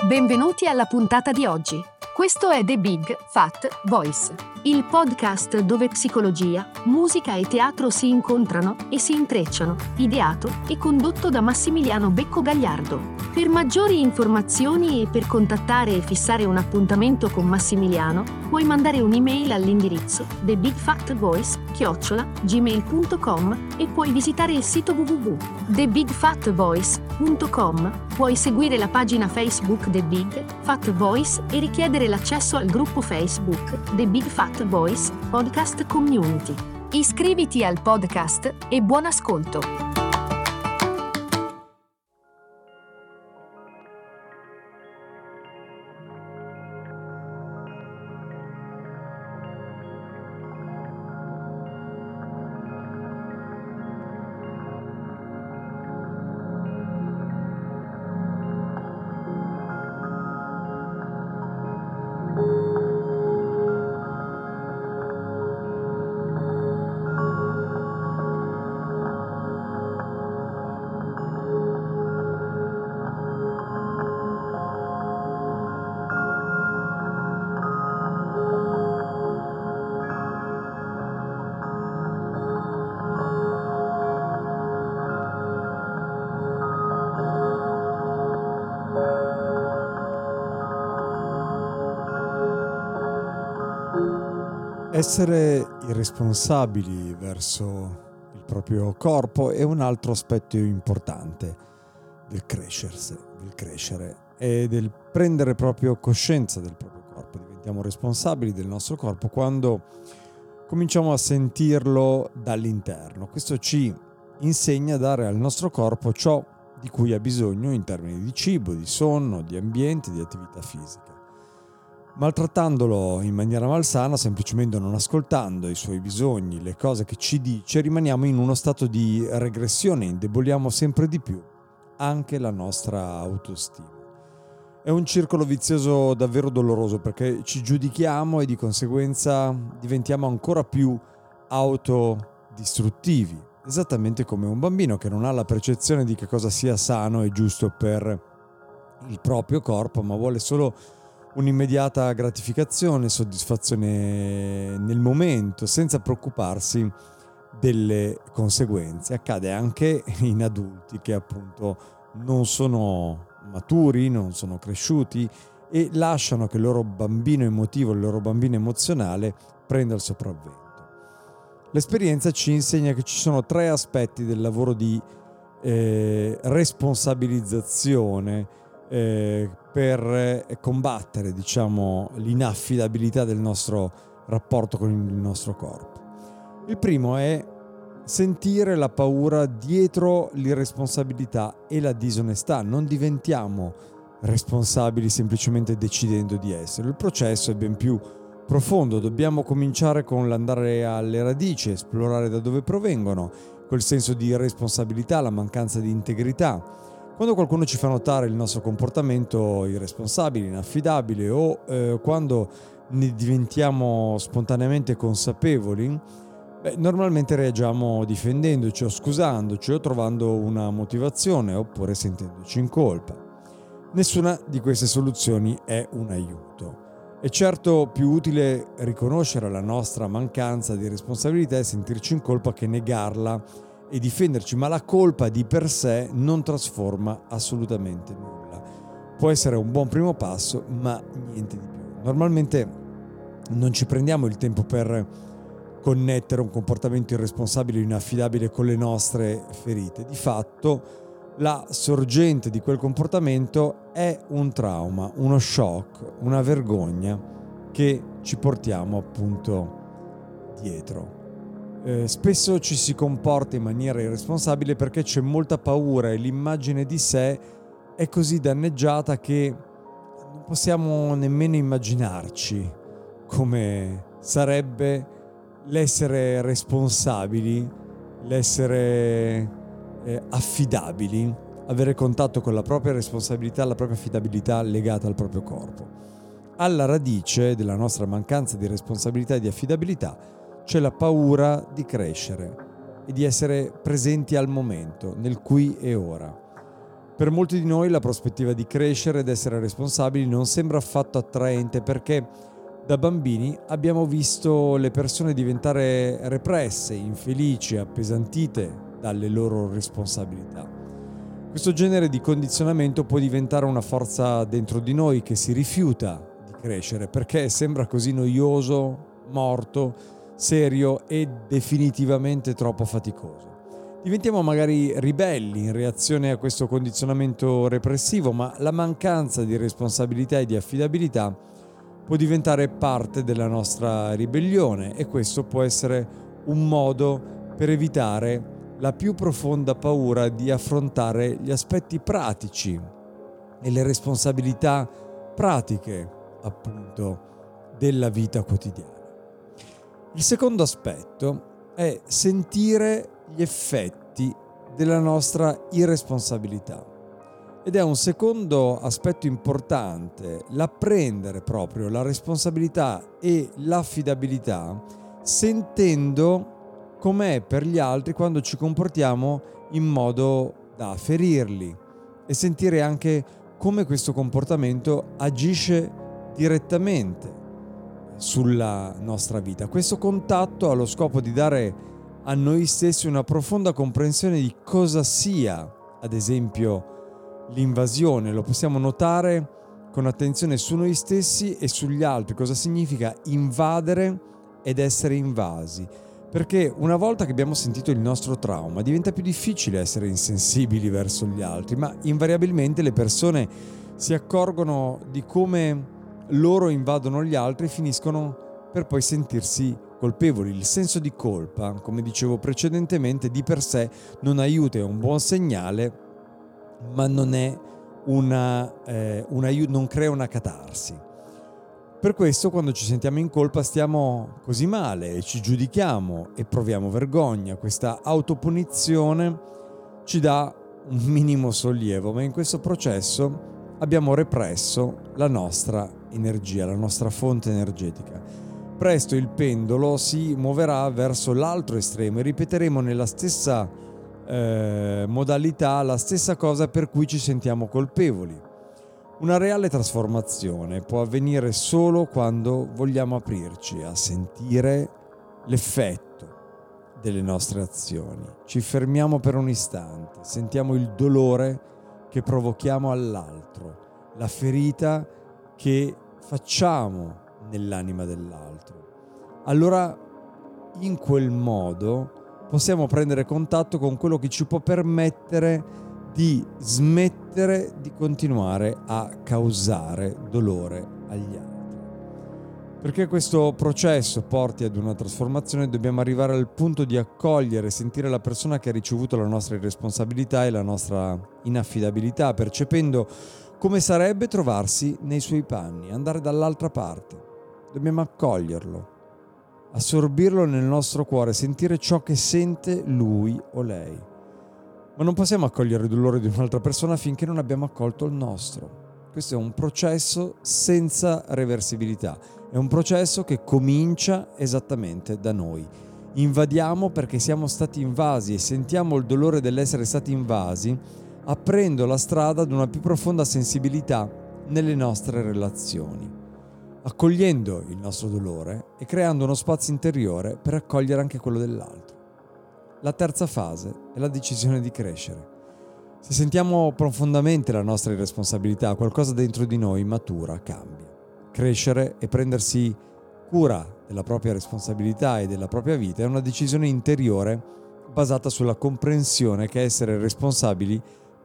Benvenuti alla puntata di oggi. Questo è The Big Fat Voice, il podcast dove psicologia, musica e teatro si incontrano e si intrecciano, ideato e condotto da Massimiliano Becco Gagliardo. Per maggiori informazioni e per contattare e fissare un appuntamento con Massimiliano, puoi mandare un'email all'indirizzo thebigfatvoice@gmail.com e puoi visitare il sito www.thebigfatvoice.com. Puoi seguire la pagina Facebook The Big Fat Voice e richiedere l'accesso al gruppo Facebook The Big Fat Voice Podcast Community. Iscriviti al podcast e buon ascolto! Essere irresponsabili verso il proprio corpo è un altro aspetto importante del crescere e del prendere proprio coscienza del proprio corpo. Diventiamo responsabili del nostro corpo quando cominciamo a sentirlo dall'interno. Questo ci insegna a dare al nostro corpo ciò di cui ha bisogno in termini di cibo, di sonno, di ambiente, di attività fisica. Maltrattandolo in maniera malsana, semplicemente non ascoltando i suoi bisogni, le cose che ci dice, rimaniamo in uno stato di regressione, indeboliamo sempre di più anche la nostra autostima. È un circolo vizioso davvero doloroso perché ci giudichiamo e di conseguenza diventiamo ancora più autodistruttivi, esattamente come un bambino che non ha la percezione di che cosa sia sano e giusto per il proprio corpo, ma vuole solo un'immediata gratificazione, soddisfazione nel momento, senza preoccuparsi delle conseguenze. Accade anche in adulti che appunto non sono maturi, non sono cresciuti e lasciano che il loro bambino emotivo, il loro bambino emozionale prenda il sopravvento. L'esperienza ci insegna che ci sono 3 aspetti del lavoro di responsabilizzazione per combattere, l'inaffidabilità del nostro rapporto con il nostro corpo. Il primo è sentire la paura dietro l'irresponsabilità e la disonestà. Non diventiamo responsabili semplicemente decidendo di essere. Il processo è ben più profondo. Dobbiamo cominciare con l'andare alle radici, esplorare da dove provengono quel senso di responsabilità, la mancanza di integrità. Quando qualcuno ci fa notare il nostro comportamento irresponsabile, inaffidabile o quando ne diventiamo spontaneamente consapevoli, normalmente reagiamo difendendoci o scusandoci o trovando una motivazione oppure sentendoci in colpa. Nessuna di queste soluzioni è un aiuto. È certo più utile riconoscere la nostra mancanza di responsabilità e sentirci in colpa che negarla e difenderci, ma la colpa di per sé non trasforma assolutamente nulla. Può essere un buon primo passo, ma niente di più. Normalmente non ci prendiamo il tempo per connettere un comportamento irresponsabile o inaffidabile con le nostre ferite. Di fatto, la sorgente di quel comportamento è un trauma, uno shock, una vergogna che ci portiamo appunto dietro. Spesso ci si comporta in maniera irresponsabile perché c'è molta paura e l'immagine di sé è così danneggiata che non possiamo nemmeno immaginarci come sarebbe l'essere responsabili, l'essere affidabili, avere contatto con la propria responsabilità, la propria affidabilità legata al proprio corpo. Alla radice della nostra mancanza di responsabilità e di affidabilità c'è la paura di crescere e di essere presenti al momento, nel qui e ora. Per molti di noi la prospettiva di crescere ed essere responsabili non sembra affatto attraente perché da bambini abbiamo visto le persone diventare represse, infelici, appesantite dalle loro responsabilità. Questo genere di condizionamento può diventare una forza dentro di noi che si rifiuta di crescere perché sembra così noioso, morto, serio e definitivamente troppo faticoso. Diventiamo magari ribelli in reazione a questo condizionamento repressivo, ma la mancanza di responsabilità e di affidabilità può diventare parte della nostra ribellione e questo può essere un modo per evitare la più profonda paura di affrontare gli aspetti pratici e le responsabilità pratiche, appunto, della vita quotidiana. Il secondo aspetto è sentire gli effetti della nostra irresponsabilità ed è un secondo aspetto importante l'apprendere proprio la responsabilità e l'affidabilità sentendo com'è per gli altri quando ci comportiamo in modo da ferirli e sentire anche come questo comportamento agisce direttamente sulla nostra vita. Questo contatto ha lo scopo di dare a noi stessi una profonda comprensione di cosa sia, ad esempio, l'invasione. Lo possiamo notare con attenzione su noi stessi e sugli altri, cosa significa invadere ed essere invasi. Perché una volta che abbiamo sentito il nostro trauma, diventa più difficile essere insensibili verso gli altri, ma invariabilmente le persone si accorgono di come loro invadono gli altri e finiscono per poi sentirsi colpevoli. Il senso di colpa, come dicevo precedentemente, di per sé non aiuta, è un buon segnale, ma non è non crea una catarsi. Per questo quando ci sentiamo in colpa stiamo così male e ci giudichiamo e proviamo vergogna. Questa autopunizione ci dà un minimo sollievo, ma in questo processo abbiamo represso la nostra energia, la nostra fonte energetica. Presto il pendolo si muoverà verso l'altro estremo e ripeteremo nella stessa modalità la stessa cosa per cui ci sentiamo colpevoli. Una reale trasformazione può avvenire solo quando vogliamo aprirci a sentire l'effetto delle nostre azioni. Ci fermiamo per un istante, sentiamo il dolore che provochiamo all'altro, la ferita che facciamo nell'anima dell'altro. Allora, in quel modo, possiamo prendere contatto con quello che ci può permettere di smettere di continuare a causare dolore agli altri. Perché questo processo porti ad una trasformazione, dobbiamo arrivare al punto di accogliere e sentire la persona che ha ricevuto la nostra irresponsabilità e la nostra inaffidabilità, percependo come sarebbe trovarsi nei suoi panni, andare dall'altra parte. Dobbiamo accoglierlo, assorbirlo nel nostro cuore, sentire ciò che sente lui o lei. Ma non possiamo accogliere il dolore di un'altra persona finché non abbiamo accolto il nostro. Questo è un processo senza reversibilità, è un processo che comincia esattamente da noi. Invadiamo perché siamo stati invasi e sentiamo il dolore dell'essere stati invasi, aprendo la strada ad una più profonda sensibilità nelle nostre relazioni, accogliendo il nostro dolore e creando uno spazio interiore per accogliere anche quello dell'altro. La terza fase è la decisione di crescere. Se sentiamo profondamente la nostra irresponsabilità, qualcosa dentro di noi matura, cambia. Crescere e prendersi cura della propria responsabilità e della propria vita è una decisione interiore basata sulla comprensione che essere responsabili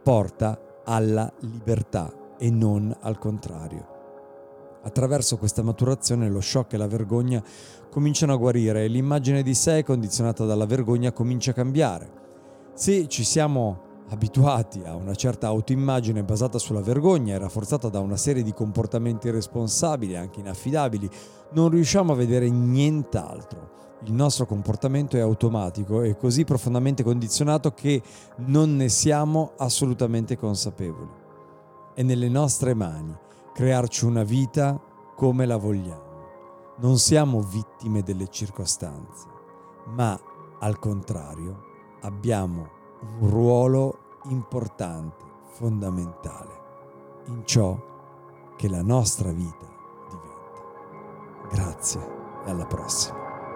porta alla libertà e non al contrario. Attraverso questa maturazione lo shock e la vergogna cominciano a guarire e l'immagine di sé condizionata dalla vergogna comincia a cambiare. Se ci siamo abituati a una certa autoimmagine basata sulla vergogna e rafforzata da una serie di comportamenti irresponsabili, anche inaffidabili, non riusciamo a vedere nient'altro. Il nostro comportamento è automatico e così profondamente condizionato che non ne siamo assolutamente consapevoli. È nelle nostre mani crearci una vita come la vogliamo. Non siamo vittime delle circostanze, ma al contrario abbiamo un ruolo importante, fondamentale in ciò che la nostra vita diventa. Grazie e alla prossima.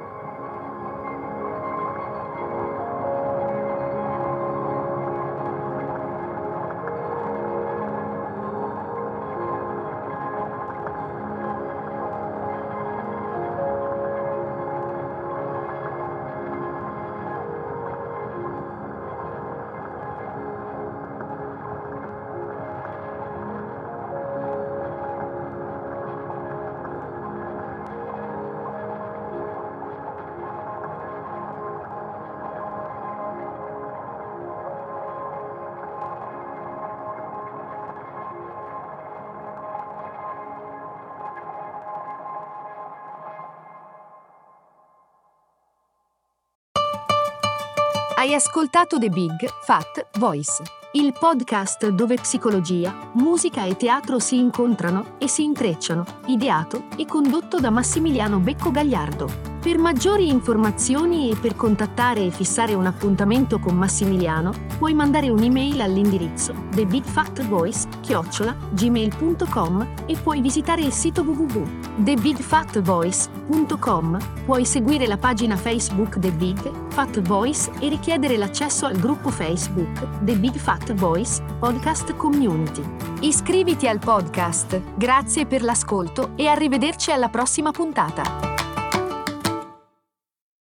Hai ascoltato The Big Fat Voice, il podcast dove psicologia, musica e teatro si incontrano e si intrecciano, ideato e condotto da Massimiliano Becco Gagliardo. Per maggiori informazioni e per contattare e fissare un appuntamento con Massimiliano, puoi mandare un'email all'indirizzo thebigfatvoice@gmail.com e puoi visitare il sito www.thebigfatvoice.com. Puoi seguire la pagina Facebook The Big Fat Voice e richiedere l'accesso al gruppo Facebook The Big Fat Voice Podcast Community. Iscriviti al podcast. Grazie per l'ascolto e arrivederci alla prossima puntata.